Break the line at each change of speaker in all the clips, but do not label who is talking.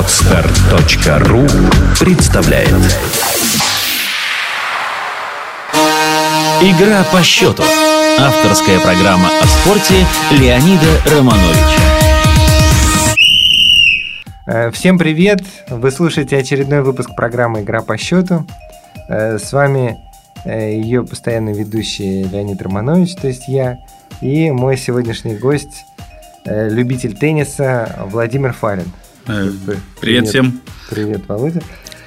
Podstart.ru представляет «Игра по счету». Авторская программа о спорте Леонида Романовича.
Всем привет! Вы слушаете очередной выпуск программы «Игра по счету». С вами ее постоянный ведущий Леонид Романович, то есть я, и мой сегодняшний гость, любитель тенниса Владимир Фарин.
Привет всем!
Привет, Володя.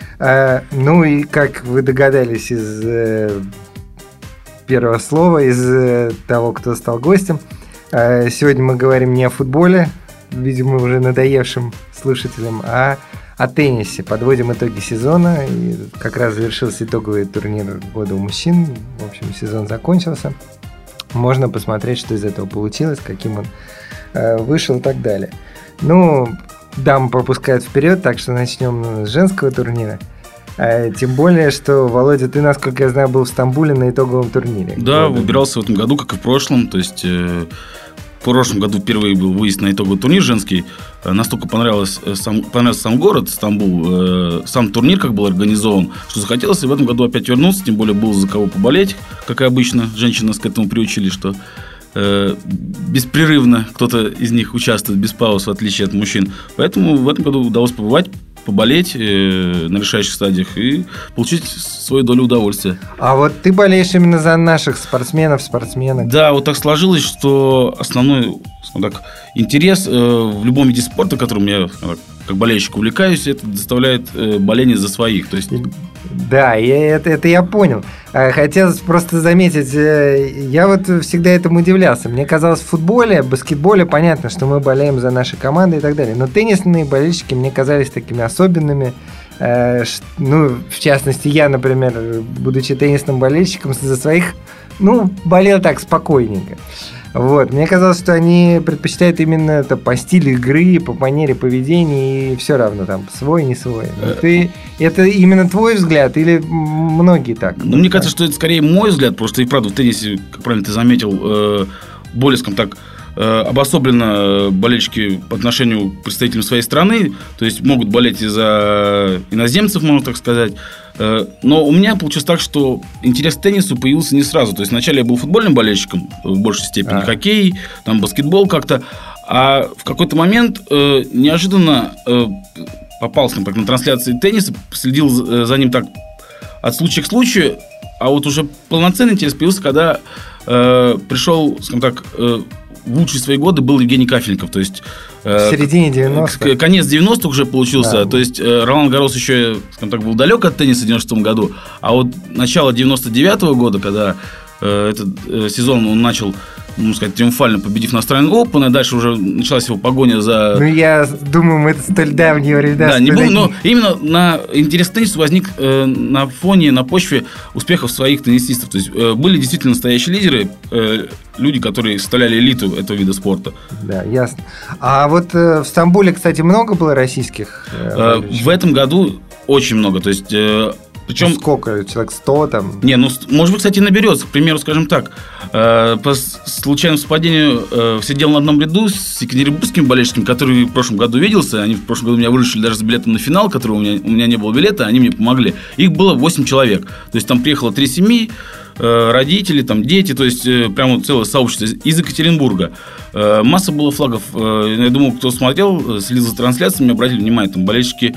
Ну и как вы догадались из первого слова, из того, кто стал гостем, сегодня мы говорим не о футболе, видимо, уже надоевшим слушателям, а о теннисе. Подводим итоги сезона. И как раз завершился итоговый турнир года у мужчин. В общем, сезон закончился. Можно посмотреть, что из этого получилось, каким он вышел и так далее. Ну, дамы пропускают вперед, так что начнем с женского турнира. Тем более, что, Володя, ты, насколько я знаю, был в Стамбуле на итоговом турнире.
Да, выбирался в этом году, как и в прошлом. То есть в прошлом году впервые был выезд на итоговый турнир женский. Настолько понравился сам город Стамбул, сам турнир как был организован, что захотелось и в этом году опять вернуться. Тем более было за кого поболеть, как и обычно. Женщины нас к этому приучили, что беспрерывно кто-то из них участвует без пауз, в отличие от мужчин. Поэтому в этом году удалось поболеть на решающих стадиях и получить свою долю удовольствия.
А вот ты болеешь именно за наших спортсменок.
Да, вот так сложилось, что основной, так, интерес в любом виде спорта, которым я как болельщик увлекаюсь, это доставляет боление за своих. То есть...
Да, это я понял. Хотелось просто заметить, я вот всегда этому удивлялся. Мне казалось, в футболе, баскетболе понятно, что мы болеем за наши команды и так далее. Но теннисные болельщики мне казались такими особенными. Ну, в частности, я, например, будучи теннисным болельщиком, за своих, болел так спокойненько. Вот. Мне казалось, что они предпочитают именно это по стилю игры, по манере поведения, и все равно там свой, не свой. Это именно твой взгляд или многие так?
Мне кажется, что это скорее мой взгляд, потому что и правда в теннисе, как правильно ты заметил, более, скажем так, обособленно болельщики по отношению к представителям своей страны, то есть могут болеть и за иноземцев, можно так сказать. Но у меня получилось так, что интерес к теннису появился не сразу. То есть вначале я был футбольным болельщиком, в большей степени хоккей, там баскетбол как-то. А в какой-то момент неожиданно попался на трансляции тенниса, следил за ним так от случая к случаю. А вот уже полноценный интерес появился, когда пришел, скажем так, в лучшие свои годы был Евгений Кафельников. То есть
в середине 90-х.
Конец 90-х уже получился. Да. То есть Ролан Гаррос еще, скажем так, был далек от тенниса в 96-м году. А вот начало 99-го года, когда этот сезон он начал, можно сказать, триумфально победив на Australian Open, и дальше уже началась его погоня за...
я думаю, мы это столь давние времена.
Да, не был, но именно интерес к теннису возник на фоне, на почве успехов своих теннисистов. То есть были действительно настоящие лидеры, люди, которые составляли элиту этого вида спорта.
Да, ясно. А вот в Стамбуле, кстати, много было российских?
В этом году очень много. То есть... Причем...
сколько? Человек 100 там?
Может быть, кстати, наберется. К примеру, скажем так, по случайному совпадению сидел на одном ряду с екатеринбургскими болельщиками, которые в прошлом году виделся. Они в прошлом году меня выручили даже с билетом на финал, которого у меня не было билета, они мне помогли. Их было 8 человек. То есть там приехало 3 семьи, родители, там дети, то есть прямо целое сообщество из Екатеринбурга. Масса было флагов. Я думал, кто смотрел, следил за трансляциями, обратили внимание, там болельщики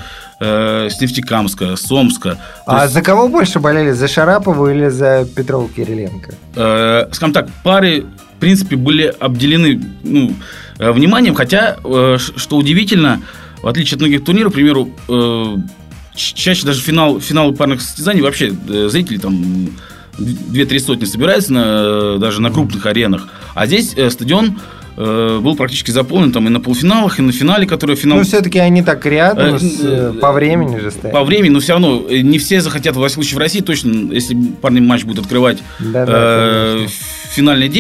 с Нефтекамска, с Омска.
А за кого больше болели? За Шарапову или за Петрова Кириленко?
Скажем так, пары, в принципе, были обделены вниманием, хотя, что удивительно, в отличие от многих турниров, к примеру, чаще даже финалы парных состязаний вообще зрители там 2-3 сотни собираются даже на крупных аренах. А здесь стадион был практически заполнен там и на полуфиналах, и на финале, который финал...
Ну, все-таки они так рядом, по времени же стоят.
По времени, но все равно не все захотят, в России точно, если парный матч будет открывать финальный день,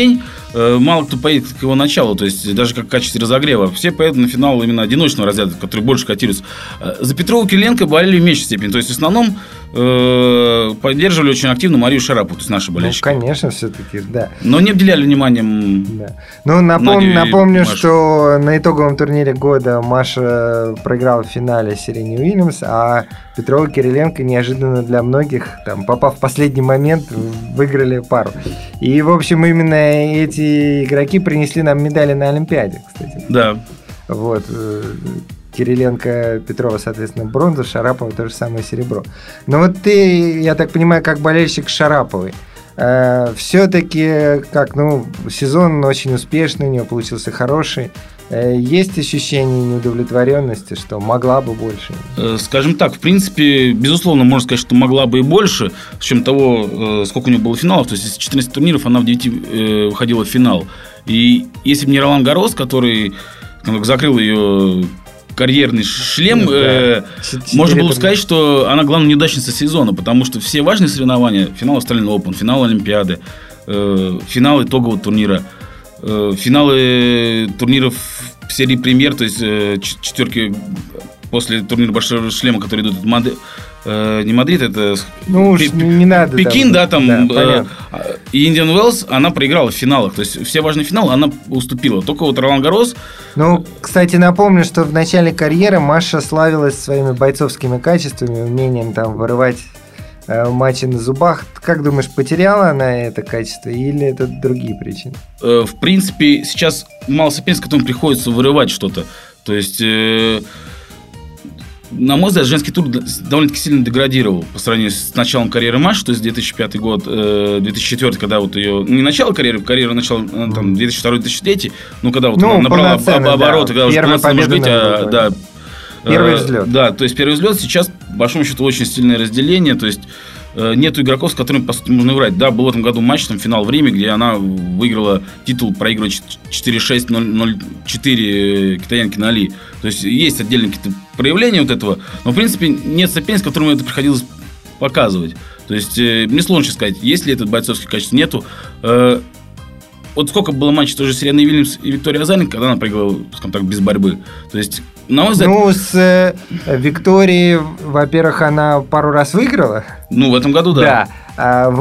мало кто поедет к его началу, то есть даже как в качестве разогрева. Все поедут на финал именно одиночного разряда, который больше котируется. За Петрова Кириленко болели в меньшей степени. То есть в основном поддерживали очень активно Марию Шарапову, то есть наши болельщики.
Ну, конечно, все-таки, да.
Но не уделяли вниманием.
Да. Ну, напомню, что на итоговом турнире года Маша проиграла в финале Серене Уильямс, а Петрова Кириленко неожиданно для многих, там, попав в последний момент, выиграли пару. И, в общем, именно эти игроки принесли нам медали на Олимпиаде, кстати.
Да.
Вот. Кириленко, Петрова, соответственно, бронза, Шарапова то же самое серебро. Но вот ты, я так понимаю, как болельщик Шараповой, все-таки, сезон очень успешный, у нее получился хороший. Есть ощущение неудовлетворенности, что могла бы больше?
Скажем так, в принципе, безусловно, можно сказать, что могла бы и больше, с учетом того, сколько у нее было финалов. То есть из 14 турниров она в 9 выходила в финал. И если бы не Ролан Гаррос, который закрыл ее карьерный шлем, можно было бы сказать, что она главная неудачница сезона, потому что все важные соревнования, финал Australian Open, финал Олимпиады, финал итогового турнира, финалы турниров серии премьер, то есть четверки после турнира Большого шлема, которые идут не Мадрид, это
не надо,
Пекин, и Индиан Уэллс, она проиграла в финалах. То есть все важные финалы она уступила. Только вот Ролан Гаррос.
Ну, кстати, напомню, что в начале карьеры Маша славилась своими бойцовскими качествами, умением там вырывать матчи на зубах. Как думаешь, потеряла она это качество или это другие причины?
В принципе, сейчас мало соперников, которым приходится вырывать что-то. То есть на мой взгляд, женский тур довольно-таки сильно деградировал по сравнению с началом карьеры Маши, то есть 2005 год, 2004, когда вот ее... не начало карьеры начала там 2002-2003, когда вот она набрала обороты, когда уже полноценно может быть...
Первый взлет.
Да, то есть первый взлет. Сейчас, по большому счету, очень сильное разделение, то есть нету игроков, с которыми, по сути, можно играть. Да, был в этом году матч, там, финал в Риме, где она выиграла титул, проигрывая 4-6, 0-4 китаянке Нали. То есть есть отдельные какие-то проявления вот этого, но, в принципе, нет соперниц, с которыми это приходилось показывать. То есть мне сложно сказать, есть ли этот бойцовский качество, нету. Вот сколько было матчей тоже с Сереной Уильямс и Викторией Азаренко, когда она проиграла, скажем так, без борьбы. То есть, на мой взгляд...
с Викторией, во-первых, она пару раз выиграла.
В этом году, да.
Да,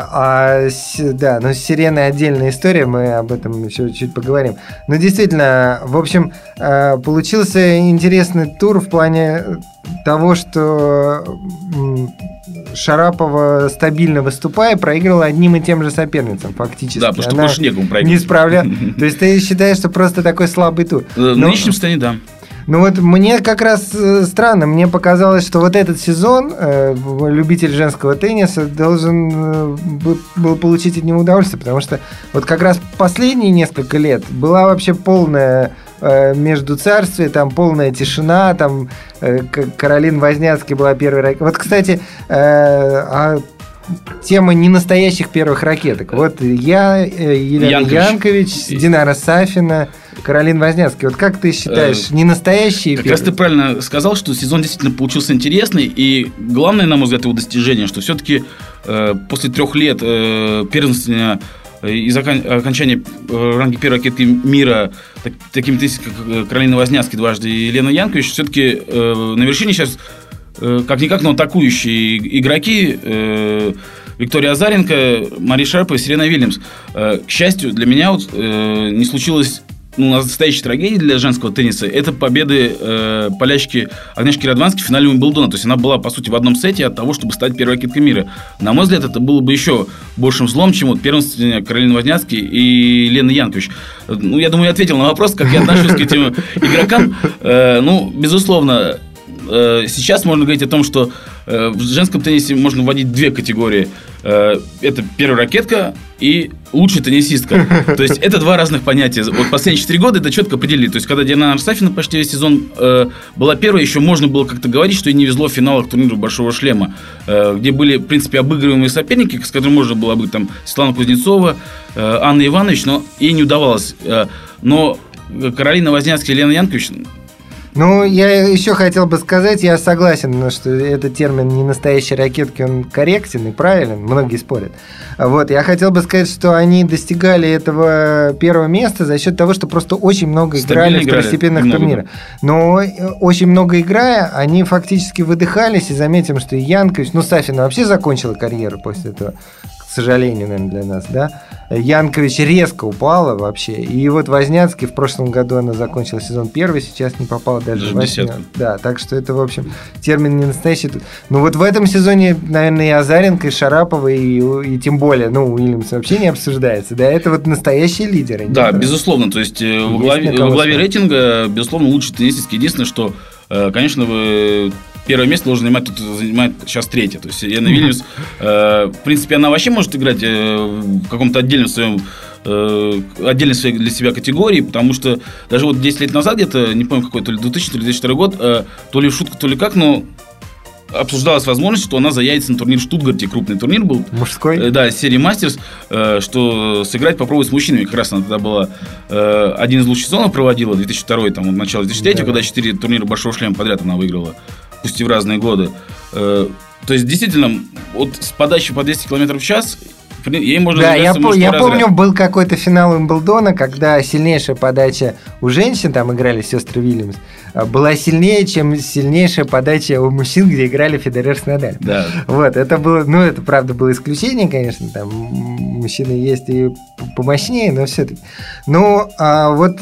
но с Сиреной отдельная история, мы об этом еще чуть поговорим. Но действительно, в общем, получился интересный тур в плане того, что Шарапова, стабильно выступая, проигрывала одним и тем же соперницам фактически.
Да, потому что больше некому проигрывать.
Не справлялась. То есть ты считаешь, что просто такой слабый тур?
В нынешнем состоянии, да.
Мне как раз странно, мне показалось, что вот этот сезон любитель женского тенниса должен был получить от него удовольствие, потому что вот как раз последние несколько лет была вообще полная междуцарствие, там полная тишина, там Каролина Возняцки была первой ракеткой. Вот, кстати, тема ненастоящих первых ракеток. Вот я, Елена Янкович, Динара Сафина, Каролина Возняцки. Вот как ты считаешь, ненастоящие
как
первые?
Как раз ты правильно сказал, что сезон действительно получился интересный, и главное, на мой взгляд, его достижение, что все-таки после 3 лет первенствования из окончания ранги первой ракетки мира такими теннисистами, как Каролина Возняцки дважды и Елена Янкович, все-таки на вершине сейчас как-никак, но атакующие игроки Виктория Азаренко, Мария Шарапова и Серена Уильямс. К счастью, для меня не случилось настоящей трагедии для женского тенниса. Это победы полячки Агнешки Радвански в финале Уимблдона. То есть она была, по сути, в одном сете от того, чтобы стать первой ракеткой мира. На мой взгляд, это было бы еще большим злом, чем первенство Каролины Возняцки и Лены Янкович. Я думаю, я ответил на вопрос, как я отношусь к этим игрокам. Безусловно, сейчас можно говорить о том, что в женском теннисе можно вводить 2 категории. Это первая ракетка и лучшая теннисистка. То есть это 2 разных понятия. Вот последние 4 года это четко определили. То есть когда Динара Сафина почти весь сезон была первой, еще можно было как-то говорить, что ей не везло в финалах турнира Большого шлема, где были, в принципе, обыгрываемые соперники, с которыми можно было быть там Светлана Кузнецова, Анна Иванович, но ей не удавалось. Но Каролина Возняцки и Елена Янкович...
Ну, я еще хотел бы сказать, я согласен, что этот термин «не настоящие ракетки», он корректен и правилен, многие спорят. Вот, я хотел бы сказать, что они достигали этого первого места за счет того, что просто очень много играли в второстепенных турнирах. Но очень много играя, они фактически выдыхались, и заметим, что и Янкович, ну, Сафина вообще закончила карьеру после этого, к сожалению, наверное, для нас, да. Янкович резко упала вообще. И вот Возняцкий в прошлом году она закончила сезон первый, сейчас не попала даже в 8. Да, так что это, в общем, термин не настоящий. Ну вот в этом сезоне, наверное, и Азаренко, и Шарапова, и тем более, ну, Уильямс вообще не обсуждается. Да, это вот настоящие лидеры.
Да, безусловно. То есть во главе рейтинга, безусловно, лучший теннисистки. Единственное, что, конечно, первое место должен занимает сейчас третье. То есть Серена Вильямс, в принципе, она вообще может играть в каком-то отдельной для себя категории, потому что даже вот 10 лет назад, где-то, не помню какой, то ли 2000, то ли 2002 год, то ли в шутку, то ли как, но обсуждалась возможность, что она заявится на турнир в Штутгарте, крупный турнир был.
Мужской?
Да, серии Мастерс, что сыграть, попробовать с мужчинами. Как раз она тогда была один из лучших сезонов проводила, 2002, там, начало 2003, да, когда 4 турнира Большого шлема подряд она выиграла, пусть и в разные годы. То есть, действительно, вот с подачей по 200 км в час ей можно...
Да, я помню, был какой-то финал Уимблдона, когда сильнейшая подача у женщин, там играли сестры Вильямс, была сильнее, чем сильнейшая подача у мужчин, где играли Федерер с Надаль.
Да.
Вот, это было, ну, это правда было исключение, конечно, там мужчины есть и помощнее, но все-таки. Ну, вот...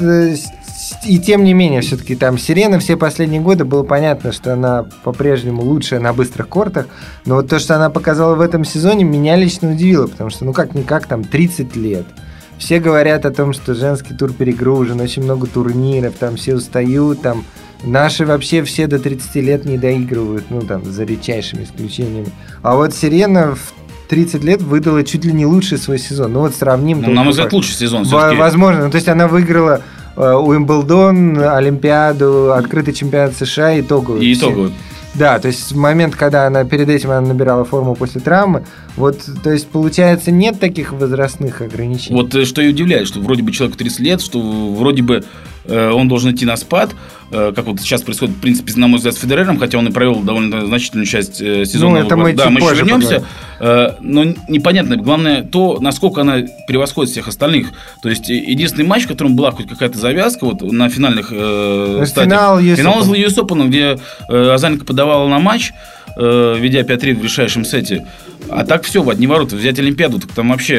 И тем не менее, все-таки там Серена все последние годы было понятно, что она по-прежнему лучшая на быстрых кортах. Но вот то, что она показала в этом сезоне, меня лично удивило, потому что, ну как-никак, там 30 лет. Все говорят о том, что женский тур перегружен, очень много турниров, там все устают, там наши вообще все до 30 лет не доигрывают, ну там за редчайшими исключениями. А вот Серена в 30 лет выдала чуть ли не лучший свой сезон. Ну вот сравним.
Ну, на мой взгляд, лучший сезон.
Возможно, ну, то есть она выиграла Уимблдон, Олимпиаду, открытый чемпионат США, итоговый.
И итоговый.
Да, то есть в момент, когда она перед этим она набирала форму после травмы, вот, то есть получается нет таких возрастных ограничений.
Вот что и удивляет, что вроде бы человеку 30 лет, что вроде бы он должен идти на спад, как вот сейчас происходит, в принципе, на мой взгляд, с Федерером, хотя он и провел довольно значительную часть сезона.
Ну, это мы
да, мы еще вернемся. Но непонятно, главное то, насколько она превосходит всех остальных. То есть единственный матч, в котором была хоть какая-то завязка, вот на финальных
стадиях.
Финал US Open, где Азаренко подавала на матч, ведя 5-3 в решающем сете. А так все, в одни ворота. Взять Олимпиаду, так там вообще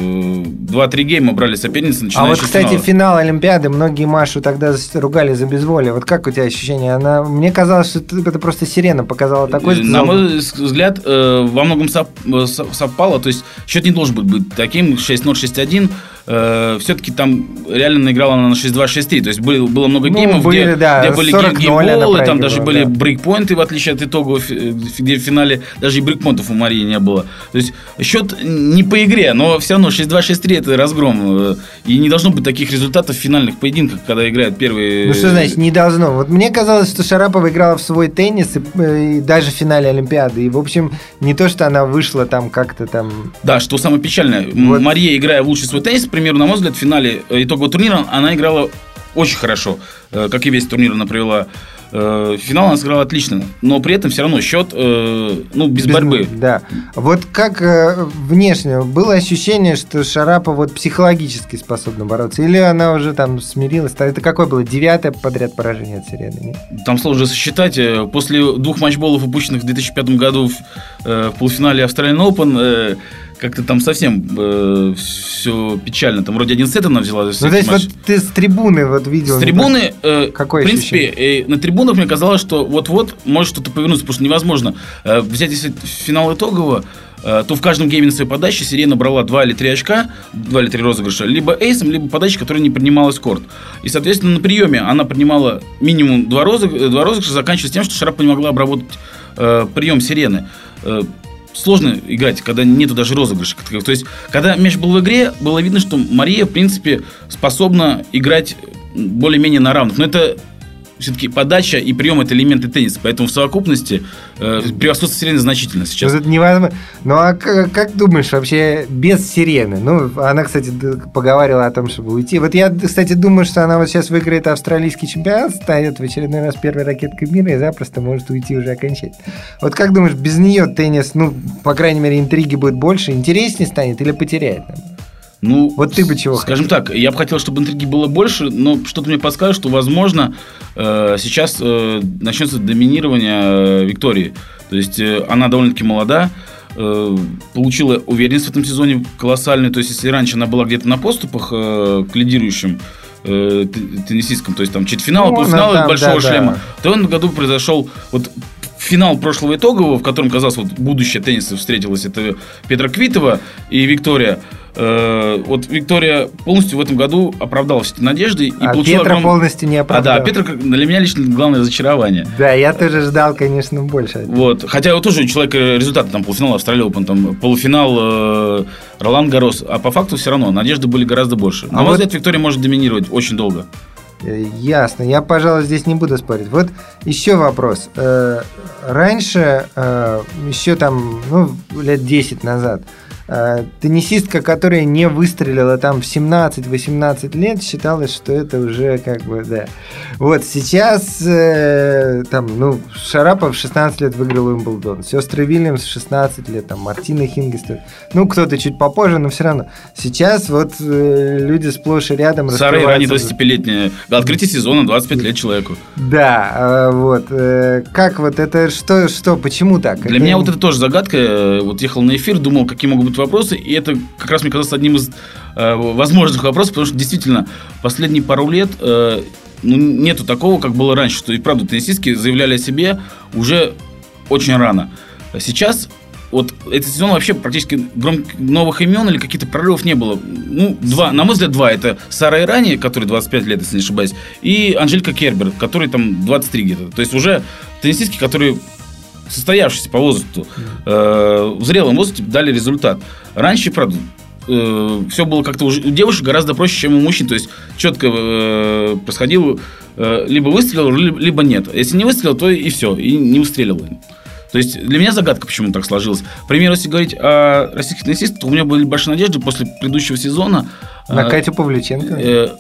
2-3 гейма брали соперницы, начиная.
А вот, кстати, финал Олимпиады, многие Машу тогда ругали за безволие. Вот как у тебя ощущение? Мне казалось, что это просто Серена показала такой...
На мой взгляд, во многом совпало. То есть счет не должен быть таким, 6-0, 6-1. Все-таки там реально наиграла она на 6-2, 6-3. То есть было много геймов, где были геймболы, там даже были брейкпоинты, в отличие от итогов, где в финале даже и брейкпоинтов у Марии не было. То есть счет не по игре, но все равно 6-2, 6-3 это разгром. И не должно быть таких результатов в финальных поединках, когда играют первые...
Ну что значит не должно? Вот мне казалось, что Шарапова играла в свой теннис и даже в финале Олимпиады. И, в общем, не то, что она вышла там как-то там...
Да, что самое печальное. Вот. Мария, играя в лучший свой теннис, к примеру, на мой взгляд, в финале итогового турнира она играла очень хорошо. Как и весь турнир она провела. Финал она сыграла отлично, но при этом все равно счет без борьбы.
Да. Вот как внешне было ощущение, что Шарапова вот психологически способна бороться, или она уже там смирилась? Это какое было? 9-е подряд поражение от Серены? Нет?
Там сложно сосчитать. После 2 матчболов, упущенных в 2005 году в полуфинале Australian Open, как-то там совсем все печально. Там вроде 1 сет она взяла.
Ну, то есть вот ты с трибуны вот видел.
С трибуны, в принципе, на трибунах мне казалось, что вот-вот может что-то повернуться, потому что невозможно. Взять, если финал итогового, то в каждом гейме на своей подаче Серена брала 2 или 3 очка, 2 или 3 розыгрыша, либо эйсом, либо подачей, которая не принималась в корт. И, соответственно, на приеме она принимала минимум 2 розыгрыша, заканчиваясь тем, что Шарапова не могла обработать прием Серены. Сложно играть, когда нету даже розыгрыша. То есть, когда мяч был в игре, было видно, что Мария, в принципе, способна играть более-менее на равных. Но это все-таки подача и прием – это элементы тенниса. Поэтому в совокупности превосходство Сирены значительно сейчас.
Это невозможно. Ну, а как думаешь, вообще без Сирены? Ну, она, кстати, поговорила о том, чтобы уйти. Вот я, кстати, думаю, что она вот сейчас выиграет австралийский чемпионат, станет в очередной раз первой ракеткой мира и запросто может уйти уже окончательно. Вот как думаешь, без нее теннис, ну, по крайней мере, интриги будет больше, интереснее станет или потеряет?
Ну,
вот ты бы чего
скажем хотел? Так, я бы хотел, чтобы интриги было больше, но что-то мне подскажет, что, возможно, сейчас начнется доминирование Виктории. То есть она довольно-таки молода, получила уверенность в этом сезоне колоссальную. То есть, если раньше она была где-то на поступах к лидирующим теннисисткам, то есть там четвертьфинал, полуфинал большого шлема, то в этом году произошел вот финал прошлого итогового, в котором, казалось, вот будущее тенниса встретилось. Это Петра Квитова и Виктория. Вот Виктория полностью в этом году оправдала все эти надежды и получила
Петра полностью не оправдала.
Да, Петра для меня лично главное разочарование.
Да, я тоже ждал, конечно, больше.
Вот. Хотя вот тоже у человека результаты, там полуфинал Австралия Опен, там полуфинал Ролан Гаррос, а по факту все равно надежды были гораздо больше. На мой взгляд, Виктория может доминировать очень долго.
Ясно. Я, пожалуй, здесь не буду спорить. Вот еще вопрос. Раньше, еще там, лет 10 назад, теннисистка, которая не выстрелила там в 17-18 лет, считалось, что это уже как бы, да. Вот сейчас Шарапов в 16 лет выиграл Уимблдон, сестры Вильямс в 16 лет, там Мартина Хингис, кто-то чуть попозже, но все равно. Сейчас вот люди сплошь и рядом
Сара Ирани 25-летняя, открытие сезона 25 лет человеку.
Да, вот. Как вот это, что, почему так?
Для меня вот это тоже загадка. Вот ехал на эфир, думал, какие могут быть вопросы, и это как раз мне казалось одним из возможных вопросов, потому что действительно последние пару лет нету такого, как было раньше, что и правда теннисистки заявляли о себе уже очень рано. Сейчас вот этот сезон вообще практически новых имен или каких-то прорывов не было. На мой взгляд, два. Это Сара Ирани, которой 25 лет, если не ошибаюсь, и Анжелика Кербер, которой там 23 где-то. То есть уже теннисистки, которые состоявшиеся по возрасту, в зрелом возрасте дали результат. Раньше, правда, все было как-то у девушек гораздо проще, чем у мужчин. То есть четко происходило, либо выстрелил, либо нет. Если не выстрелил, то и все, и не выстрелил. То есть для меня загадка, почему так сложилось. К примеру, если говорить о российских теннисистах, то у меня были большие надежды после предыдущего сезона.
На Катю Павлюченко?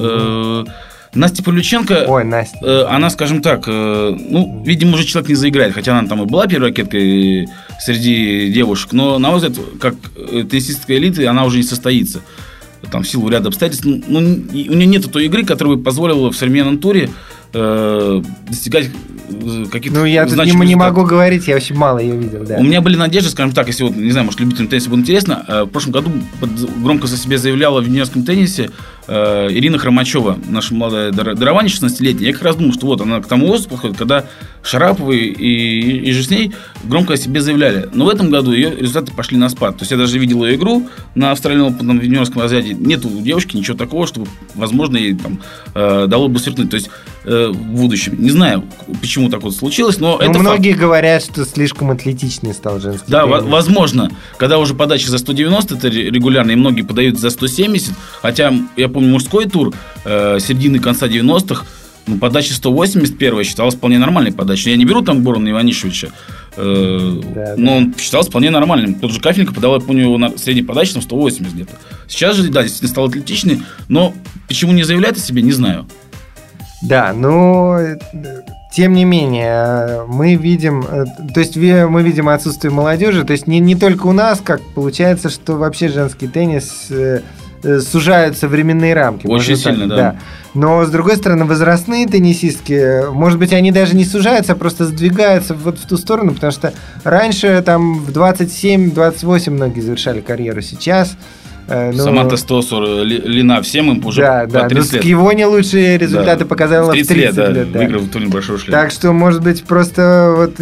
Настя Павлюченко, она, скажем так, видимо, уже человек не заиграет, хотя она там и была первой ракеткой среди девушек, но, на мой взгляд, как теннисистская элита, она уже не состоится. Там, в силу ряда обстоятельств. У нее нет той игры, которая бы позволила в современном туре достигать каких-то
я тут не могу говорить, я очень мало ее видел, да.
У меня были надежды, скажем так, если не знаю, может, любителям тенниса будет интересно, в прошлом году громко за себя заявляла в юниорском теннисе Ирина Хромачева, наша молодая дарование, 16-летняя. Я как раз думал, что вот она к тому возрасту подходит, когда Шараповы и же с ней громко о себе заявляли. Но в этом году ее результаты пошли на спад. То есть я даже видел ее игру на Австралийном в юниорском разряде. Нет у девушки ничего такого, чтобы, возможно, ей там дало бы сверкнуть. То есть в будущем. Не знаю, почему так вот случилось, но это
многие говорят, что слишком атлетичный стал женский
теннис.
Да,
возможно. Когда уже подачи за 190, это регулярно, и многие подают за 170, хотя я помню мужской тур середины конца 90-х, подача 181 считалась вполне нормальной подачей. Я не беру там Борона Иванишевича, но он считался вполне нормальным. Тот же Кафельников подал, я помню, на средней подаче там 180 где-то. Сейчас же, да, действительно стал атлетичный, но почему не заявляет о себе, не знаю.
Да, но тем не менее, мы видим отсутствие молодежи, то есть не только у нас, как получается, что вообще женский теннис сужают современные рамки.
Очень сильно, да.
Но, с другой стороны, возрастные теннисистки, может быть, они даже не сужаются, а просто сдвигаются вот в ту сторону, потому что раньше там в 27-28 многие завершали карьеру, сейчас...
Саманта Стосур, Лина, всем им уже по 30 лет.
Скивони лучшие результаты показала в 30 лет.
Выиграл турнир большого шлема.
Так что, может быть, просто вот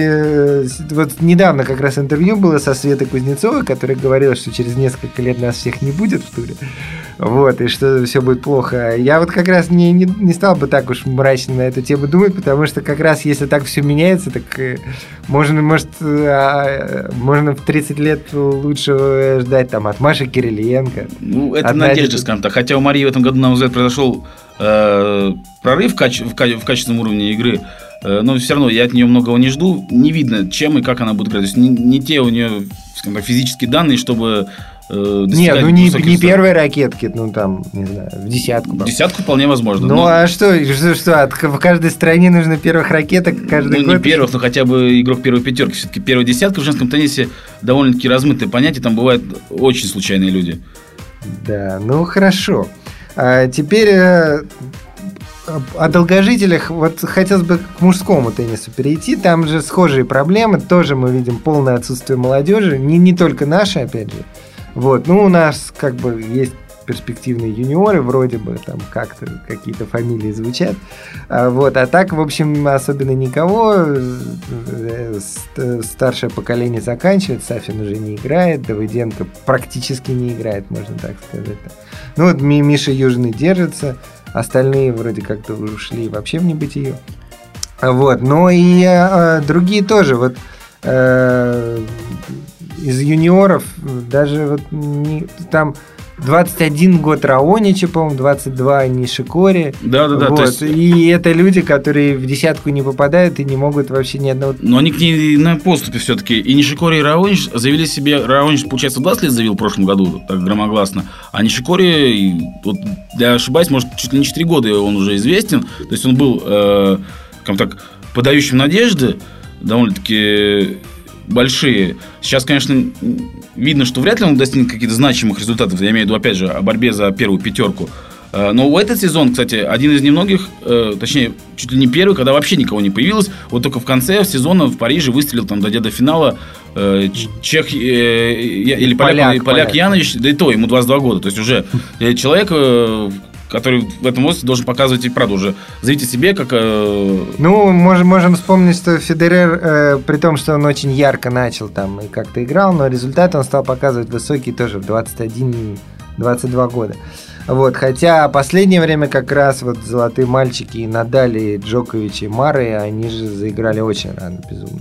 недавно как раз интервью было со Светой Кузнецовой, которая говорила, что через несколько лет нас всех не будет в туре. Вот, и что все будет плохо. Я вот как раз не стал бы так уж мрачно на эту тему думать, потому что как раз если так все меняется, так можно в 30 лет лучше ждать там от Маши Кириленко, Кириленко.
Ну, это надежда, скажем так. Хотя у Марии в этом году, на мой взгляд, произошел прорыв в качественном уровне игры. Но все равно я от нее многого не жду. Не видно, чем и как она будет играть. То есть не те у нее, скажем так, физические данные, чтобы
нет, ну не первые ракетки, ну там, не знаю, в десятку.
В десятку вполне возможно.
Ну а что, в каждой стране нужно первых ракеток каждый год?
Ну не первых, но хотя бы игрок первой пятерки. Все-таки первая десятка в женском теннисе довольно-таки размытое понятие, там бывают очень случайные люди.
Да, ну хорошо. А теперь о долгожителях, вот хотелось бы к мужскому теннису перейти, там же схожие проблемы, тоже мы видим полное отсутствие молодежи, не только наши, опять же. Вот, ну, у нас как бы есть перспективные юниоры, вроде бы там как-то какие-то фамилии звучат. Вот, а так, в общем, особенно никого. Старшее поколение заканчивает, Сафин уже не играет, Давыденко практически не играет, можно так сказать. Ну, вот Миша Южный держится, остальные вроде как-то ушли вообще в небытие. Вот, но и другие тоже, вот из юниоров даже вот там 21 год Раонича, по-моему, 22 Нишикори.
Да.
Вот. Есть... И это люди, которые в десятку не попадают и не могут вообще ни одного...
Но они к ней на поступе все-таки. И Нишикори, и Раонич завели себе... Раонич, получается, 20 лет завел в прошлом году, так громогласно. А Нишикори, вот, я ошибаюсь, может, чуть ли не 4 года он уже известен. То есть он был, скажем так, подающим надежды, довольно-таки... большие. Сейчас, конечно, видно, что вряд ли он достигнет каких-то значимых результатов. Я имею в виду, опять же, о борьбе за первую пятерку. Но в этот сезон, кстати, один из немногих, точнее, чуть ли не первый, когда вообще никого не появилось. Вот только в конце сезона в Париже выстрелил, там, дойдя до финала, чех или поляк Янович, да и то, ему 22 года. То есть уже человек... который в этом возрасте должен показывать и правду уже заявить о себе, как...
Ну, можем вспомнить, что Федерер, при том, что он очень ярко начал там и как-то играл, но результат он стал показывать высокий тоже в 21-22 года. Вот, хотя последнее время как раз вот золотые мальчики и Надаль, и Джокович, и Мары, они же заиграли очень рано, безумно.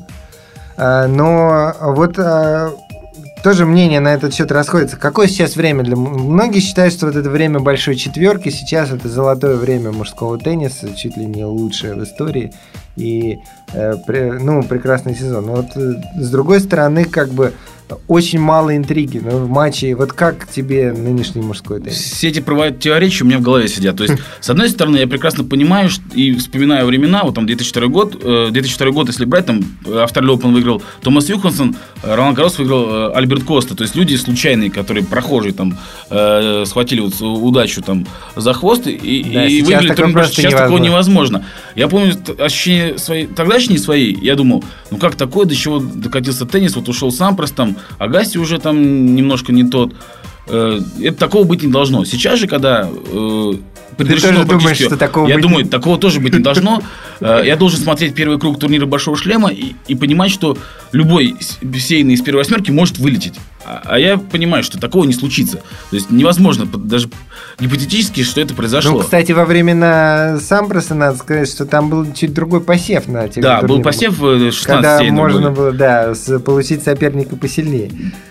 Но вот... тоже мнение на этот счет расходится. Какое сейчас время для... Многие считают, что вот это время большой четверки, сейчас это золотое время мужского тенниса, чуть ли не лучшее в истории. И, прекрасный сезон. Но вот с другой стороны, как бы очень мало интриги в матче. Вот как тебе нынешний мужской теннис?
Все эти противоречия у меня в голове сидят. То есть, с одной стороны, я прекрасно понимаю и вспоминаю времена, вот там 2002 год, если брать, там Австралия Open выиграл Томас Юхансон, Ролан Гаррос выиграл Альберт Коста. То есть, люди случайные, которые прохожие там схватили вот удачу там за хвост и выиграли турнир. Сейчас такого невозможно. Я помню ощущения свои, тогдашние свои, я думал, ну как такое, до чего докатился теннис, вот ушел Сампрос там, Агаси уже там немножко не тот. Это такого быть не должно. Сейчас же, когда предрешено практически... Я думаю, такого тоже быть не должно. Я должен смотреть первый круг турнира Большого шлема и понимать, что любой сеянный из первой восьмерки может вылететь. А я понимаю, что такого не случится. То есть невозможно, даже гипотетически, что это произошло.
Ну, кстати, во времена Сампроса, надо сказать, что там был чуть другой посев на тех турнирах.
Да, был посев 16
когда можно было, получить соперника посильнее.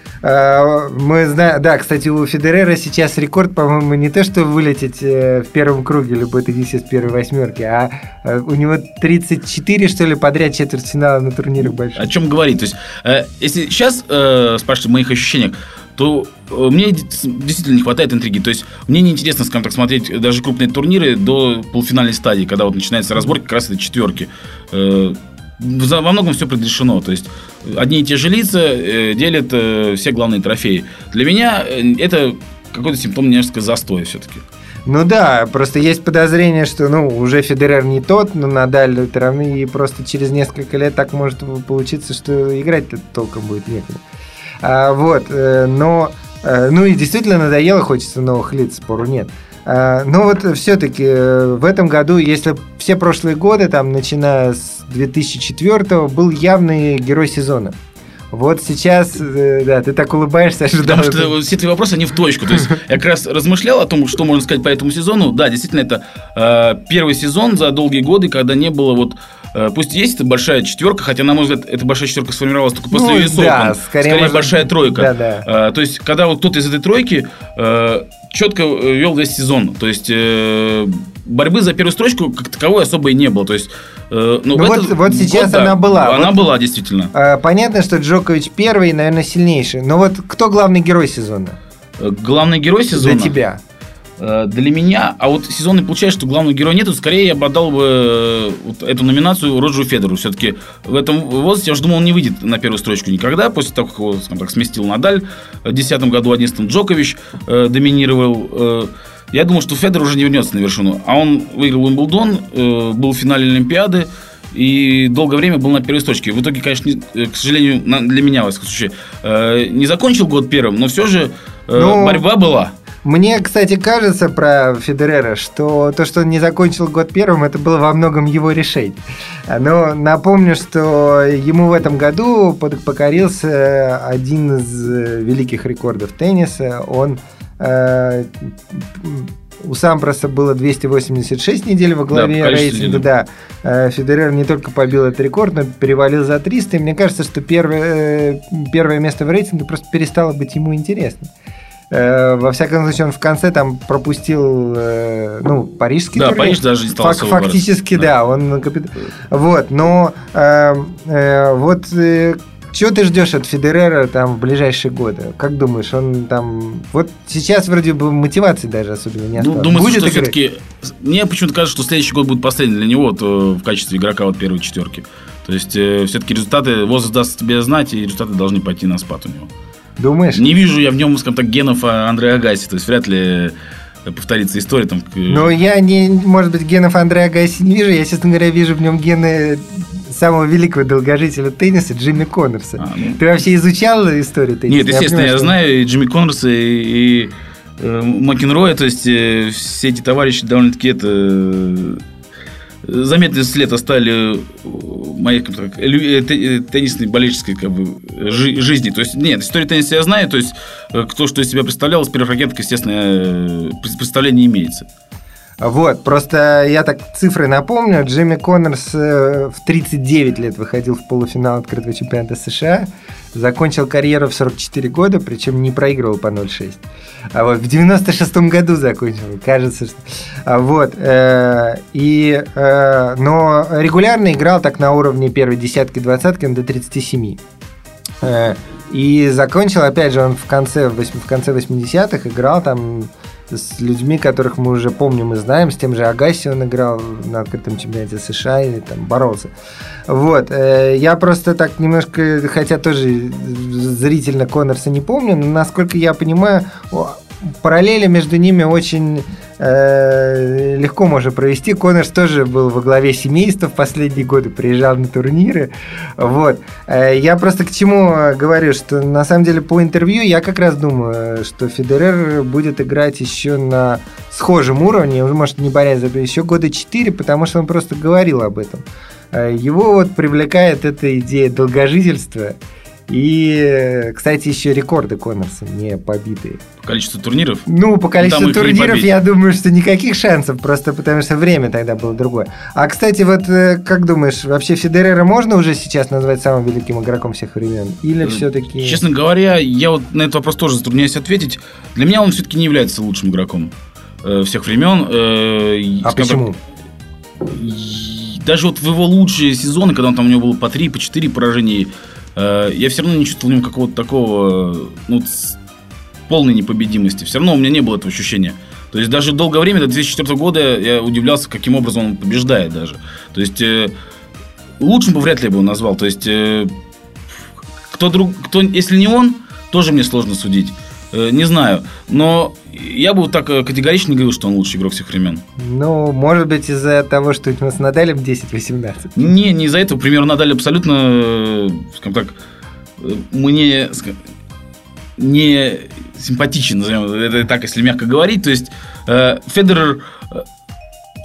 Мы знаем, да, кстати, у Федерера сейчас рекорд, по-моему, не то, что вылететь в первом круге любой теннисист с первой восьмерки, а у него 34, что ли, подряд четвертьфинала на турнирах больших.
О чем говорить? То есть, если сейчас спрашивать о моих ощущениях, то мне действительно не хватает интриги. То есть, мне неинтересно, скажем так, смотреть даже крупные турниры до полуфинальной стадии, когда вот начинается разбор как раз этой четверки. Во многом все предрешено. То есть одни и те же лица делят все главные трофеи. Для меня это какой-то симптом немножко застоя все-таки.
Ну да, просто есть подозрение, что уже Федерер не тот, но Надаль равны, и просто через несколько лет так может получиться, что играть-то толком будет некогда. И действительно надоело, хочется новых лиц, спору нет. Но вот все-таки в этом году, если все прошлые годы, там, начиная с 2004-го, был явный герой сезона. Вот сейчас, да, ты так улыбаешься, ожидал.
Потому что все твои вопросы, они в точку. То есть я как раз размышлял о том, что можно сказать по этому сезону. Да, действительно, это первый сезон за долгие годы, когда не было вот пусть есть эта большая четверка, хотя, на мой взгляд, эта большая четверка сформировалась только после весов.
Да, скорее
большая тройка.
Да.
То есть, когда вот кто-то из этой тройки четко вел весь сезон. То есть, борьбы за первую строчку как таковой особо и не было. То есть,
вот сейчас она была.
Она была, действительно.
Понятно, что Джокович первый, наверное, сильнейший. Но вот кто главный герой сезона?
Главный герой сезона?
Для тебя.
Для меня, а вот сезонный получается, что главного героя нету, скорее я бы отдал бы вот эту номинацию Роджеру Федереру. Все-таки в этом возрасте я уже думал, он не выйдет на первую строчку никогда, после того, как его, скажем так, сместил Надаль. В 2010 году, в 2011 Джокович доминировал. Я думал, что Федерер уже не вернется на вершину. А он выиграл Уимблдон, был в финале Олимпиады и долгое время был на первой строчке. В итоге, конечно, к сожалению, для меня, в этом случае, не закончил год первым, но все же борьба была.
Мне, кстати, кажется про Федерера, что то, что он не закончил год первым, это было во многом его решение. Но напомню, что ему в этом году покорился один из великих рекордов тенниса. У Сампроса было 286 недель во главе рейтинга. Да. Федерер не только побил этот рекорд, но перевалил за 300. И мне кажется, что первое место в рейтинге просто перестало быть ему интересно. Во всяком случае, он в конце там пропустил парижский турнир.
Да, Париж даже не стал особо
фактически, да. Вот, но чего ты ждешь от Федерера там в ближайшие годы? Как думаешь, он там... Вот сейчас вроде бы мотивации даже особенно не осталось.
Думаю, что все-таки... Мне почему-то кажется, что следующий год будет последний для него в качестве игрока вот первой четверки. То есть, все-таки результаты... Возраст даст тебе знать, и результаты должны пойти на спад у него.
Думаешь?
Не вижу я в нем, скажем так, генов Андреа Агаси. То есть, вряд ли повторится история. Там...
Ну, я, может быть, генов Андреа Агаси не вижу. Я, честно говоря, вижу в нем гены самого великого долгожителя тенниса Джимми Коннорса. Ты вообще изучал историю тенниса?
Нет, естественно, я знаю и Джимми Коннорса, и Макенроя. То есть, все эти товарищи довольно-таки заметный след оставили моей теннисной болельческой жизни. То есть, нет, историю тенниса я знаю. То есть, кто что из себя представлял, с первой ракеткой, естественно, представление имеется.
Вот, просто я так цифры напомню. Джимми Коннорс в 39 лет выходил в полуфинал открытого чемпионата США, закончил карьеру в 44 года, причем не проигрывал по 0-6. А вот в 96-м году закончил, кажется, что... Но регулярно играл так на уровне первой десятки, двадцатки до 37. И закончил, опять же, он в конце 80-х играл там с людьми, которых мы уже помним и знаем, с тем же Агаси он играл на открытом чемпионате США или там боролся. Вот. Я просто так немножко, хотя тоже зрительно Коннорса не помню, но, насколько я понимаю, параллели между ними очень легко можно провести. Коннорс тоже был во главе семейства в последние годы, приезжал на турниры. Вот. Я просто к чему говорю, что на самом деле по интервью я как раз думаю, что Федерер будет играть еще на схожем уровне, может, не борясь за еще года 4, потому что он просто говорил об этом. Его вот привлекает эта идея долгожительства. И, кстати, еще рекорды Коннорса не побитые.
По количеству турниров?
Ну, по количеству турниров я думаю, что никаких шансов, просто потому что время тогда было другое. А, кстати, вот как думаешь, вообще Федерера можно уже сейчас назвать самым великим игроком всех времен? Или все-таки...
Честно говоря, я вот на этот вопрос тоже затрудняюсь ответить. Для меня он все-таки не является лучшим игроком всех времен.
А почему?
Даже вот в его лучшие сезоны, когда он там у него было по 3, по 4 поражений, я все равно не чувствовал в нем какого-то такого полной непобедимости. Все равно у меня не было этого ощущения. То есть даже долгое время, до 2004 года, я удивлялся, каким образом он побеждает даже. То есть лучшим бы вряд ли бы его назвал. То есть кто, если не он, тоже мне сложно судить. Не знаю. Но я бы вот так категорично не говорил, что он лучший игрок всех времен.
Ну, может быть, из-за того, что у него с Надалем 10-18.
Не из-за этого. Пример Надаль абсолютно, скажем так, мне не симпатичен, назовем это так, если мягко говорить. То есть Федерер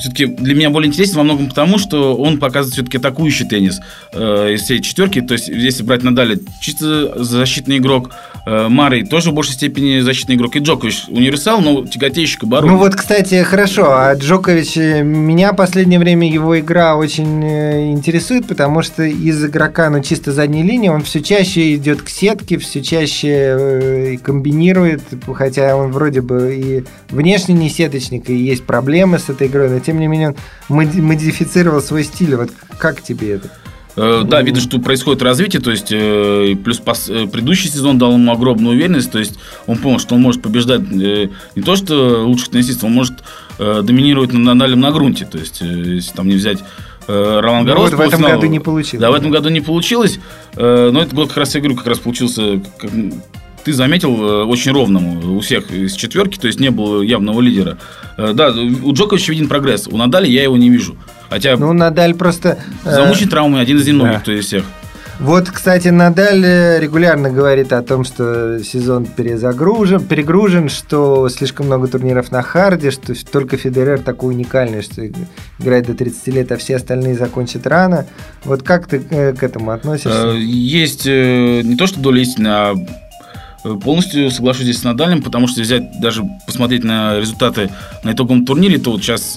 все-таки для меня более интересен во многом потому, что он показывает все-таки атакующий теннис из всей четверки. То есть, если брать Надаля, чисто защитный игрок, Марей тоже в большей степени защитный игрок, и Джокович универсал, но тяготеющий к обороне.
Ну вот, кстати, хорошо, а Джокович, меня в последнее время его игра очень интересует, потому что из игрока, ну, чисто задней линии, он все чаще идет к сетке, все чаще комбинирует, хотя он вроде бы и внешне не сеточник, и есть проблемы с этой игрой, но тем не менее он модифицировал свой стиль. Вот как тебе это?
Да, видно, что происходит развитие, то есть плюс предыдущий сезон дал ему огромную уверенность, то есть он понял, что он может побеждать не то что лучших теннисистов, он может доминировать на грунте, то есть если там не взять Ролан Гаррос.
Вот в этом году не получилось.
Да, в этом году не получилось, но этот год как раз, я говорю, как раз получился, как ты заметил, очень ровным у всех из четверки, то есть не было явного лидера. Да, у Джоковича виден прогресс, у Надаля я его не вижу. Хотя
Надаль просто...
замучен травмой, один из немногих, кто из всех.
Вот, кстати, Надаль регулярно говорит о том, что сезон перегружен, что слишком много турниров на харде, что только Федерер такой уникальный, что играет до 30 лет, а все остальные закончат рано. Вот как ты к этому относишься?
Есть не то, что доля истины, а полностью соглашусь здесь с Надалем, потому что взять, даже посмотреть на результаты на итоговом турнире, то вот сейчас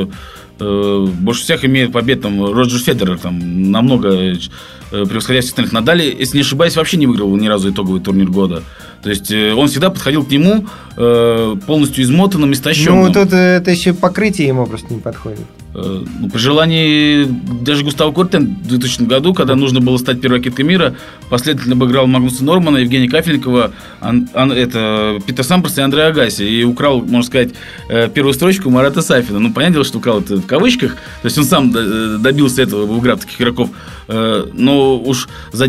больше всех имеет побед там Роджер Федерер, там намного превосходя всех остальных. Надаль, если не ошибаюсь, вообще не выиграл ни разу итоговый турнир года. То есть он всегда подходил к нему полностью измотанным, истощенным.
Ну, тут это еще покрытие ему просто не подходит.
При желании даже Густаво Куртен в 2000 году, когда нужно было стать первой ракеткой мира, последовательно обыграл Магнуса Нормана, Евгения Кафельникова, Питера Сампраса и Андреа Агаси. И украл, можно сказать, первую строчку Марата Сафина. Ну, понятное дело, что украл это в кавычках. То есть он сам добился этого, выиграв таких игроков. Но уж за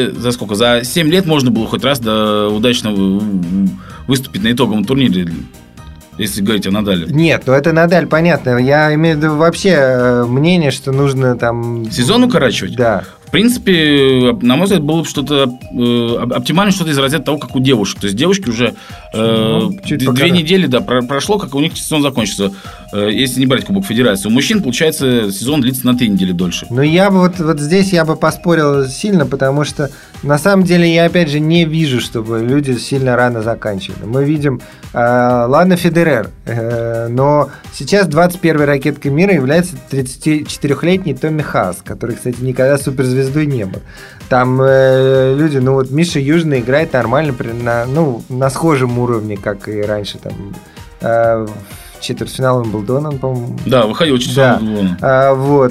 7 лет можно было хоть раз удачно выступить на итоговом турнире, если говорить о Надале.
Нет, ну это Надаль, понятно. Я имею в виду вообще мнение, что нужно там...
Сезон укорачивать?
Да.
В принципе, на мой взгляд, было бы что-то оптимально, что-то из разряда того, как у девушек. То есть девушки уже 2 недели прошло, как у них сезон закончится. Если не брать Кубок Федерации. У мужчин, получается, сезон длится на 3 недели дольше.
Ну, я бы вот здесь я бы поспорил сильно, потому что на самом деле я, опять же, не вижу, чтобы люди сильно рано заканчивали. Мы видим, ладно, Федерер, но сейчас 21-й ракеткой мира является 34-летний Томми Хаас, который, кстати, никогда суперзвездой не был. Там люди, ну вот Миша Южный играет нормально на схожем уровне, как и раньше там. Четвертьфинал Уимблдона, по-моему.
Да, выходил четвертьфинал Уимблдона.
Вот.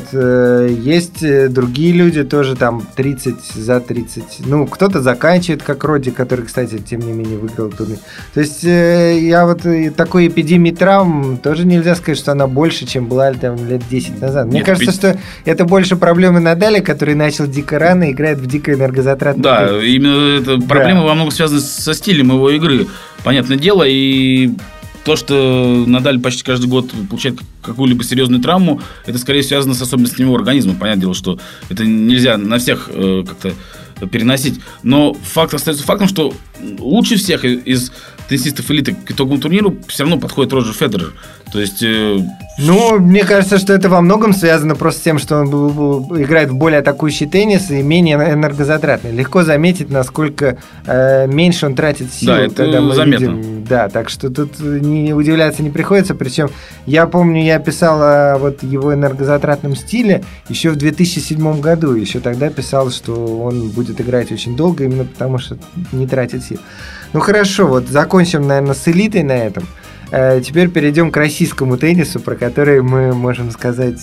Есть другие люди тоже там 30 за 30. Ну, кто-то заканчивает, как Роди, который, кстати, тем не менее выиграл турнир. То есть я вот такой эпидемии травм тоже нельзя сказать, что она больше, чем была там лет 10 назад. Мне кажется, что это больше проблемы Надаля, который начал дико рано, играет в дико энергозатратный.
Да, именно эта проблема во многом связана со стилем его игры. Понятное дело, и то, что Надаль почти каждый год получает какую-либо серьезную травму, это скорее связано с особенностями его организма. Понятное дело, что это нельзя на всех как-то переносить. Но факт остается фактом, что лучше всех из теннисистов элиты к итоговому турниру все равно подходит Роджер Федерер. То есть...
Ну, мне кажется, что это во многом связано просто с тем, что он играет в более атакующий теннис и менее энергозатратный. Легко заметить, насколько меньше он тратит сил.
Да, это заметно.
Да, так что тут не удивляться не приходится. Причем я помню, я писал о вот его энергозатратном стиле еще в 2007 году. Еще тогда писал, что он будет играть очень долго, именно потому что не тратит сил. Ну хорошо, вот закончим, наверное, с элитой на этом. Теперь перейдем к российскому теннису, про который мы можем сказать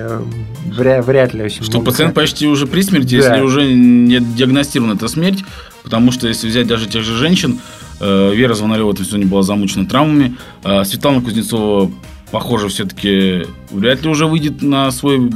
вряд ли очень
что
много.
пациент почти уже при смерти, да. Если уже не диагностирована эта смерть, потому что если взять даже тех же женщин, Вера Звонарева сегодня была замучена травмами, Светлана Кузнецова, похоже, все-таки вряд ли уже выйдет на свой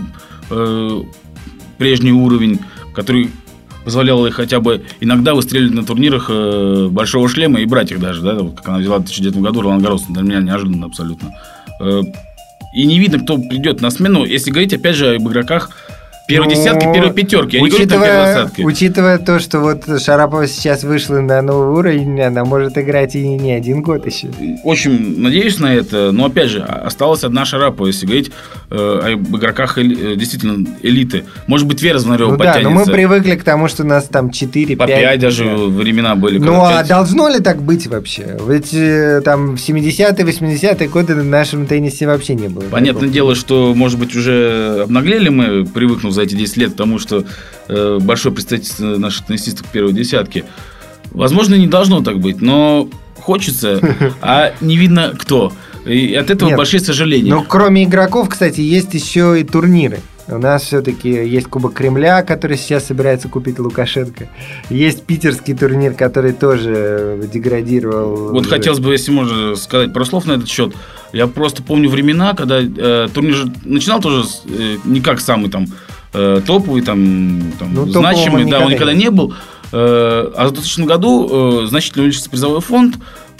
прежний уровень, который позволяло ей хотя бы иногда выстреливать на турнирах большого шлема и брать их даже, да, вот как она взяла в 2009 году Ролан Гаррос, для меня неожиданно абсолютно. И не видно, кто придет на смену. Если говорить, опять же, об игроках первой десятки, первой пятерки. Я не говорю, там первой двадцатки.
Учитывая то, что вот Шарапова сейчас вышла на новый уровень, она может играть и не один год еще.
Очень надеюсь на это, но опять же, осталась одна Шарапова, если говорить об игроках действительно элиты. Может быть, Вера Звонарева подтянется.
Да, но мы привыкли к тому, что у нас там 4-5.
По 5 даже времена были.
Ну, а должно ли так быть вообще? Ведь там в 70-е, 80-е годы в нашем теннисе вообще не было.
Понятное дело, что, может быть, уже обнаглели мы, привыкнув за эти 10 лет к тому, что большое представительство наших теннисистов первой десятки. Возможно, не должно так быть, но хочется, а не видно кто. И от этого большие сожаления.
Но кроме игроков, кстати, есть еще и турниры. У нас все-таки есть Кубок Кремля, который сейчас собирается купить Лукашенко. Есть питерский турнир, который тоже деградировал.
Вот хотелось бы, если можно сказать пару слов на этот счет. Я просто помню времена, когда турнир начинал тоже не как самый там топовый, значимый, он никогда не был. А в 2000 году значительно увеличился призовой фонд.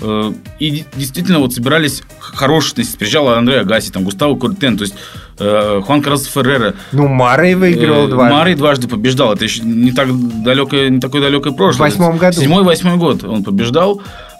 И действительно вот собирались хорошие теннисты. Приезжал Андре Агаси, Густаво Куртен, то есть Хуан Карлос Феррера.
Марей выиграл дважды.
Марей дважды побеждал. Это еще не такое далекое прошлое.
В 2008 году.
7-8 год он побеждал.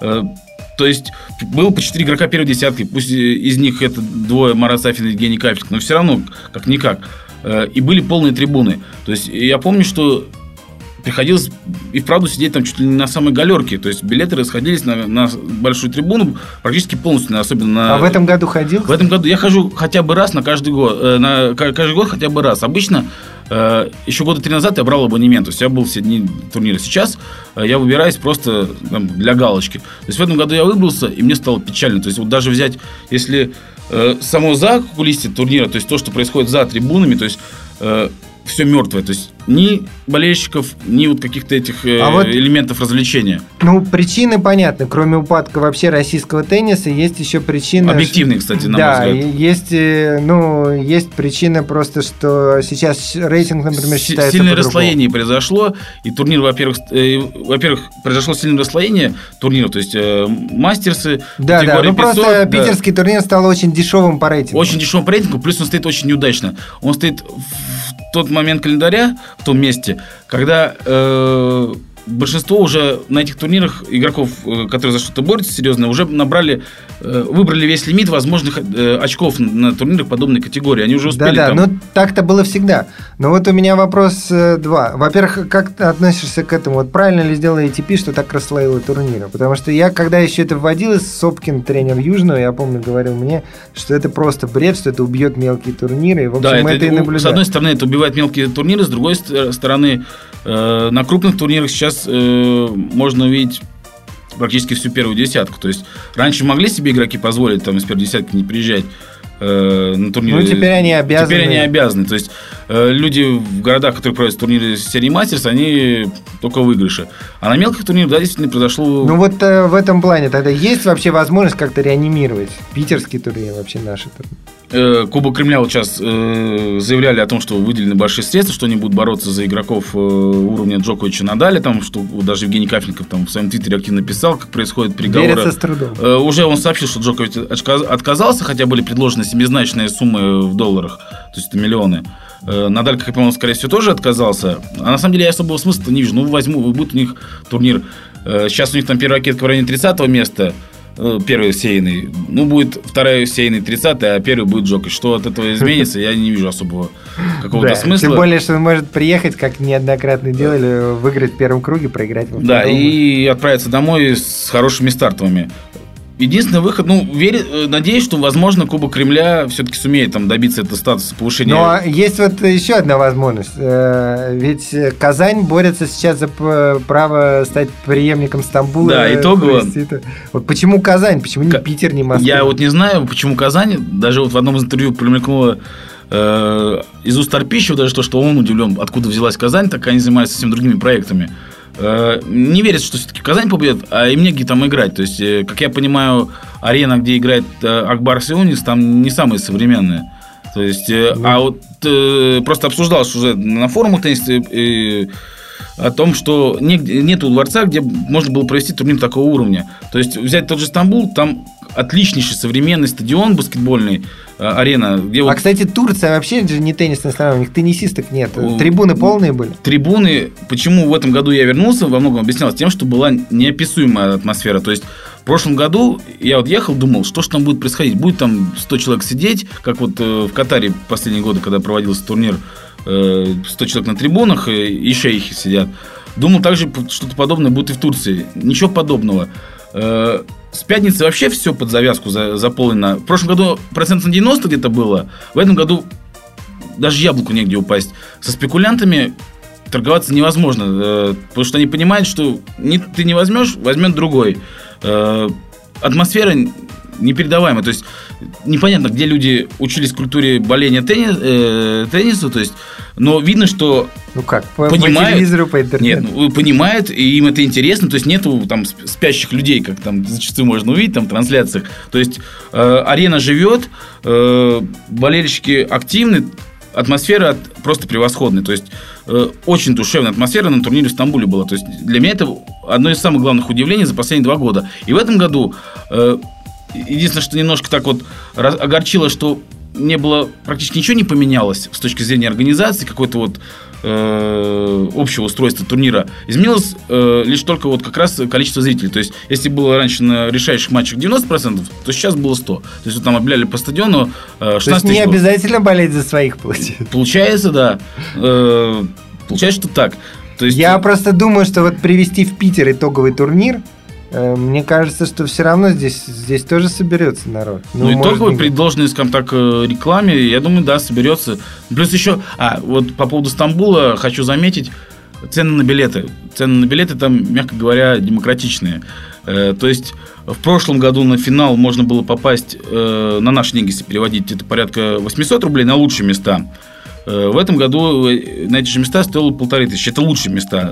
То есть было по 4 игрока первой десятки. Пусть из них это двое, Марат Сафин и Евгений Капельник, но все равно как-никак. И были полные трибуны. То есть я помню, что приходилось и вправду сидеть там чуть ли не на самой галерке. То есть билеты расходились на большую трибуну практически полностью, особенно на...
А в этом году ходил?
В этом году я хожу хотя бы раз на каждый год. Каждый год хотя бы раз. Обычно еще года 3 назад я брал абонемент. То есть я был все дни турнира. Сейчас я выбираюсь просто для галочки. То есть в этом году я выбрался, и мне стало печально. То есть вот даже взять, если само за кулисье турнира, то есть то, что происходит за трибунами, то есть все мертвое, то есть ни болельщиков, ни вот каких-то этих элементов развлечения.
Ну, причины понятны. Кроме упадка вообще российского тенниса, есть еще причины...
Объективные, кстати, на мой взгляд.
Да, есть причина просто, что сейчас рейтинг, например, считается
сильное расслоение произошло, и турнир, во-первых, произошло сильное расслоение турнира, то есть мастерсы,
категория 500. Просто питерский турнир стал очень дешевым по рейтингу.
Очень дешевым по рейтингу, плюс он стоит очень неудачно. Он стоит в тот момент календаря, в том месте, когда большинство уже на этих турнирах игроков, которые за что-то борются серьезно, уже выбрали весь лимит возможных очков на турнирах подобной категории. Они уже успели
там... ну так-то было всегда. Но вот у меня вопрос два. Во-первых, как ты относишься к этому? Вот правильно ли сделала ATP, что так расслоила турниры? Потому что я, когда еще это вводил, Сопкин, тренер Южного, я помню, говорил мне, что это просто бред, что это убьет мелкие турниры. И, в общем, это и наблюдаем.
С одной стороны, это убивает мелкие турниры, с другой стороны, на крупных турнирах сейчас можно увидеть практически всю первую десятку. То есть раньше могли себе игроки позволить там из первой десятки не приезжать на турниры.
Ну, теперь они обязаны.
Теперь они обязаны. То есть люди в городах, которые проводят турниры серии Мастерс, они только выигрыши. А на мелких турнирах, да, действительно произошло...
Ну, вот в этом плане тогда есть вообще возможность как-то реанимировать питерский турнир, вообще наши турниры?
Кубок Кремля вот сейчас заявляли о том, что выделены большие средства, что они будут бороться за игроков уровня Джоковича, Надаля, там, что даже Евгений Кафельников там в своем твиттере активно писал, как происходят переговоры.
Верится с трудом.
Уже он сообщил, что Джокович отказался, хотя были предложены семизначные суммы в долларах, то есть это миллионы. Надаль, как я понял, скорее всего, тоже отказался. А на самом деле я особого смысла не вижу. Будет у них турнир. Сейчас у них там первая ракетка в районе 30-го места. Первый сеянный. Будет вторая сеянный 30-й, а первый будет Джокович. Что от этого изменится, я не вижу особого какого-то смысла.
Тем более, что он может приехать, как неоднократно делали, выиграть в первом круге, проиграть во втором.
Да, и отправиться домой с хорошими стартовыми. Единственный выход, надеюсь, что, возможно, Кубок Кремля все-таки сумеет там добиться этого статуса повышения.
Но есть вот еще одна возможность. Ведь Казань борется сейчас за право стать преемником Стамбула.
Да, итогово.
Вот почему Казань, почему не Питер, не Москва?
Я вот не знаю, почему Казань. Даже вот в одном из интервью промелькнуло из уст Арпищева даже то, что он удивлен, откуда взялась Казань, так как они занимаются совсем другими проектами. Не верится, что все-таки Казань победит, а им негде там играть. То есть, как я понимаю, арена, где играет Акбар Сионис, там не самые современные. То есть, а вот просто обсуждалось уже на форумах тенниса о том, что нету дворца, где можно было провести турнир такого уровня. То есть, взять тот же Стамбул, там отличнейший современный стадион баскетбольный, арена. Где
кстати, Турция вообще же не теннисная страна, у них теннисисток нет. Трибуны полные были.
Трибуны, почему в этом году я вернулся, во многом объяснялось тем, что была неописуемая атмосфера. То есть в прошлом году я вот ехал, думал, что же там будет происходить. Будет там 100 человек сидеть, как вот в Катаре в последние годы, когда проводился турнир, 100 человек на трибунах и шейхи сидят. Думал, также что-то подобное будет и в Турции. Ничего подобного. С пятницы вообще все под завязку заполнено. В прошлом году 90% где-то было. В этом году даже яблоку негде упасть. Со спекулянтами торговаться невозможно. Потому что они понимают, что ты не возьмешь, возьмет другой. Атмосфера непередаваемая. То есть непонятно, где люди учились культуре боления теннису. То есть, но видно, что
по телевизору, по интернету.
Нет, понимают, и им это интересно. То есть нету там спящих людей, как там зачастую можно увидеть там в трансляциях. То есть арена живет, болельщики активны, атмосфера просто превосходная. То есть очень душевная атмосфера на турнире в Стамбуле была. То есть для меня это одно из самых главных удивлений за последние 2 года. И в этом году единственное, что немножко так вот огорчило, что не было, практически ничего не поменялось с точки зрения организации, какой-то вот общего устройства турнира. Изменилось лишь только вот как раз количество зрителей. То есть, если было раньше на решающих матчах 90%, то сейчас было 100%. То есть, вот там объявляли по стадиону 16
тысяч. То есть, не обязательно болеть за своих, получается.
Получается, да. Получается, что так. То есть,
я просто думаю, что вот привести в Питер итоговый турнир, мне кажется, что все равно здесь тоже соберется народ.
Итоговый при должной, скажем так, рекламе, я думаю, да, соберется. Плюс еще, вот по поводу Стамбула хочу заметить цены на билеты. Цены на билеты там, мягко говоря, демократичные. То есть в прошлом году на финал можно было попасть на наши деньги, если переводить, это порядка 800 рублей на лучшие места. В этом году на эти же места стоило 1500. Это лучшие места.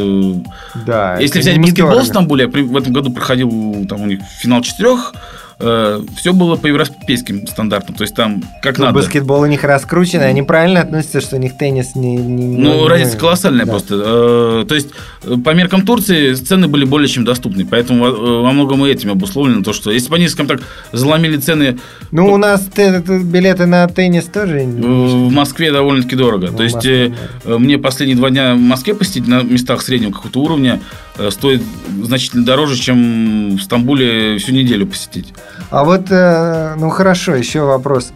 Да,
если взять баскетбол в Стамбуле, в этом году проходил там у них финал 4, все было по европейским стандартам. То есть там как надо.
Баскетбол у них раскручен, они правильно относятся, что у них теннис не
разница колоссальная, да. Просто. То есть по меркам Турции цены были более чем доступны. Поэтому во многом и этим обусловлено то, что если бы они, скажем так, заломили цены.
У нас билеты на теннис тоже
в Москве довольно-таки дорого. То есть мне последние 2 дня в Москве посетить на местах среднего какого-то уровня стоит значительно дороже, чем в Стамбуле всю неделю посетить.
А вот, хорошо, еще вопрос.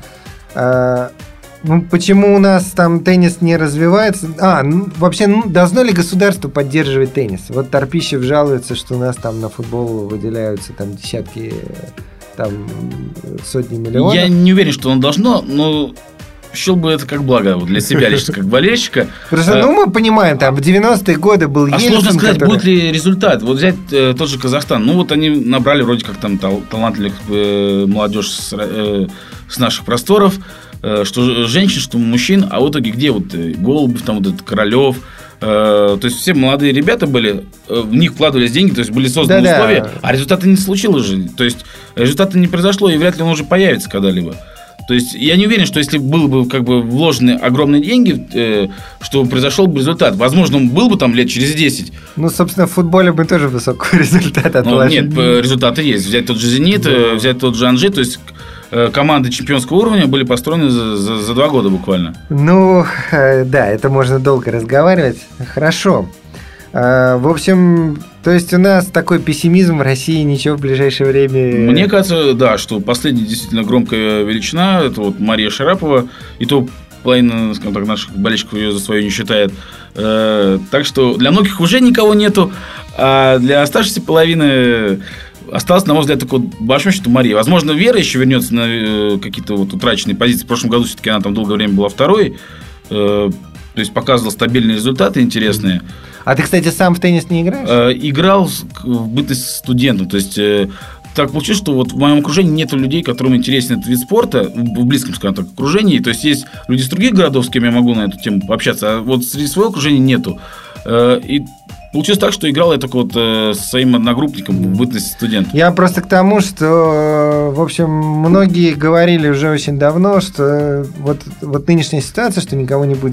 Почему у нас там теннис не развивается? Вообще, должно ли государство поддерживать теннис? Вот Торпищев жалуется, что у нас там на футбол выделяются там десятки, там сотни миллионов.
Я не уверен, что оно должно, но счел бы это как благо для себя лично, как болельщика.
Просто, мы понимаем, там в 90-е годы был Ельцин.
Сложно сказать, будет ли результат. Вот взять тот же Казахстан. Вот они набрали вроде как там талантливых молодежь с наших просторов, что женщин, что мужчин, а в итоге где вот Голубев, там вот этот Королев. То есть все молодые ребята были, в них вкладывались деньги, то есть были созданы условия, а результата не случилось же. То есть результата не произошло, и вряд ли он уже появится когда-либо. То есть я не уверен, что если было бы вложены огромные деньги, что произошел бы результат. Возможно, он был бы там лет через 10.
Собственно, в футболе мы тоже высокий результат отложили.
Нет, результаты есть. Взять тот же «Зенит», взять тот же «Анжи», то есть команды чемпионского уровня были построены за 2 года буквально.
Да, это можно долго разговаривать. Хорошо. В общем, то есть у нас такой пессимизм в России, ничего в ближайшее время...
Мне кажется, да, что последняя действительно громкая величина, это вот Мария Шарапова, и то половина, скажем так, наших болельщиков ее за свою не считает. Так что для многих уже никого нету, а для оставшейся половины осталось, на мой взгляд, только большое, что Мария. Возможно, Вера еще вернется на какие-то вот утраченные позиции. В прошлом году все-таки она там долгое время была второй, то есть показывала стабильные результаты интересные.
А ты, кстати, сам в теннис не играешь?
Играл в бытность студентом. То есть так получилось, что вот в моем окружении нет людей, которым интересен этот вид спорта, в близком, скажем так, окружении. То есть есть люди из других городов, с кем я могу на эту тему пообщаться, а вот среди своего окружения нету. И получилось так, что играл я только вот со своим одногруппником в бытность студента.
Я просто к тому, что, в общем, многие говорили уже очень давно, что вот нынешняя ситуация, что никого не будет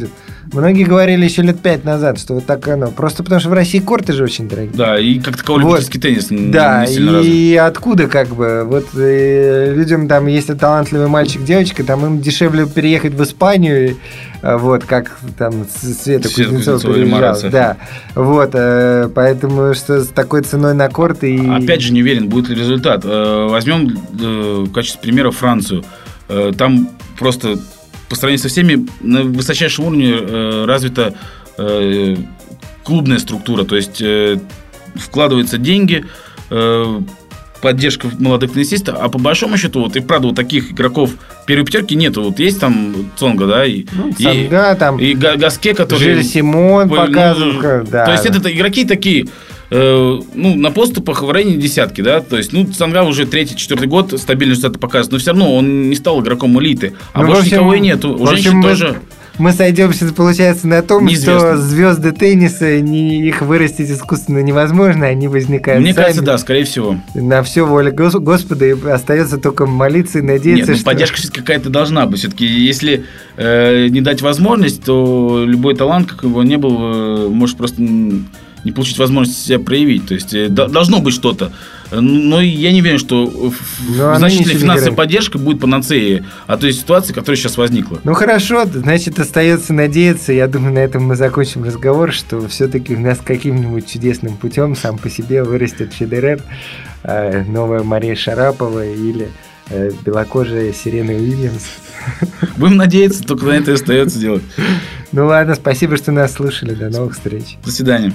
Многие говорили еще лет 5 назад, что вот так оно. Просто потому что в России корты же очень дорогие.
Да, и как таковой любительский теннис не
Да,
сильно развит.
и откуда как бы, вот людям там, если талантливый мальчик, девочка, там им дешевле переехать в Испанию, вот, как там Света Кузнецова переезжала. Да, вот, поэтому что с такой ценой на корт и...
Опять же, не уверен, будет ли результат. Возьмем в качестве примера Францию. Там просто по сравнению со всеми на высочайшем уровне развита клубная структура, то есть вкладываются деньги, поддержка молодых теннисистов, а по большому счету, вот и правда, вот таких игроков первой пятерки нету. Вот есть там Цонга, да,
Цонга, там
и Гаске, который...
Жиль Симон показывал, да.
То есть это игроки такие, на поступах в районе десятки, да, то есть, Цонга уже 3-4 год стабильно что-то показывает, но все равно он не стал игроком элиты, а больше никого и нету. У женщин тоже...
Мы сойдемся, получается, на том, что звезды тенниса, их вырастить искусственно невозможно, они возникают
Мне
сами.
кажется, да, скорее всего.
На все воля Господа, и остается только молиться и надеяться,
что... поддержка все-таки какая-то должна быть. Все-таки, если не дать возможность, то любой талант, как его не был, может просто не получить возможность себя проявить. То есть, должно быть что-то. Но я не уверен, что значительная финансовая поддержка будет панацеей от той ситуации, которая сейчас возникла.
Ну хорошо, значит, остается надеяться. Я думаю, на этом мы закончим разговор, что все-таки у нас каким-нибудь чудесным путем сам по себе вырастет Федерер, новая Мария Шарапова или белокожая Серена Уильямс.
Будем надеяться, только на это и остается делать.
Ну ладно, спасибо, что нас слушали. До новых встреч.
До свидания.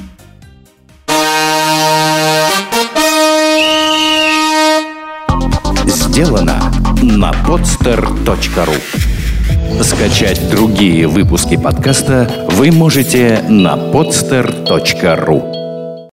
Сделано на podster.ru. Скачать другие выпуски подкаста вы можете на podster.ru.